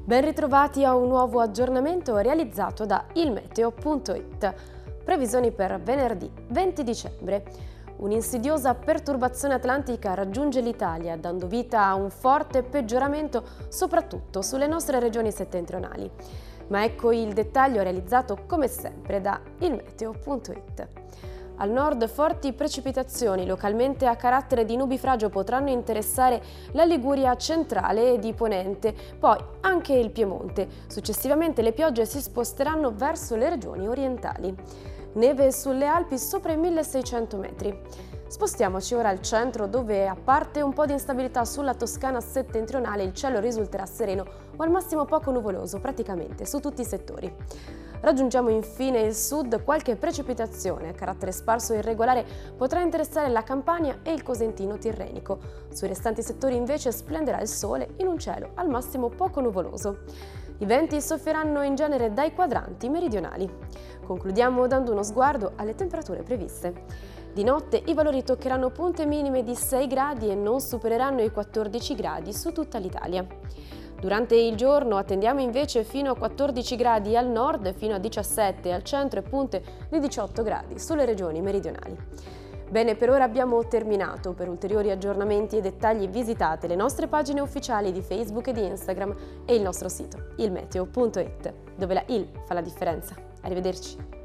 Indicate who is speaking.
Speaker 1: Ben ritrovati a un nuovo aggiornamento realizzato da ilmeteo.it. Previsioni per venerdì 20 dicembre. Un'insidiosa perturbazione atlantica raggiunge l'Italia, dando vita a un forte peggioramento soprattutto sulle nostre regioni settentrionali. Ma ecco il dettaglio realizzato come sempre da ilmeteo.it. Al nord forti precipitazioni localmente a carattere di nubifragio potranno interessare la Liguria centrale e di Ponente, poi anche il Piemonte. Successivamente le piogge si sposteranno verso le regioni orientali. Neve sulle Alpi sopra i 1600 metri. Spostiamoci ora al centro dove, a parte un po' di instabilità sulla Toscana settentrionale, il cielo risulterà sereno o al massimo poco nuvoloso praticamente su tutti i settori. Raggiungiamo infine il sud, qualche precipitazione a carattere sparso e irregolare potrà interessare la Campania e il Cosentino tirrenico. Sui restanti settori invece splenderà il sole in un cielo al massimo poco nuvoloso. I venti soffieranno in genere dai quadranti meridionali. Concludiamo dando uno sguardo alle temperature previste. Di notte i valori toccheranno punte minime di 6 gradi e non supereranno i 14 gradi su tutta l'Italia. Durante il giorno attendiamo invece fino a 14 gradi al nord e fino a 17 al centro e punte di 18 gradi sulle regioni meridionali. Bene, per ora abbiamo terminato. Per ulteriori aggiornamenti e dettagli visitate le nostre pagine ufficiali di Facebook e di Instagram e il nostro sito ilmeteo.it, dove la IL fa la differenza. Arrivederci.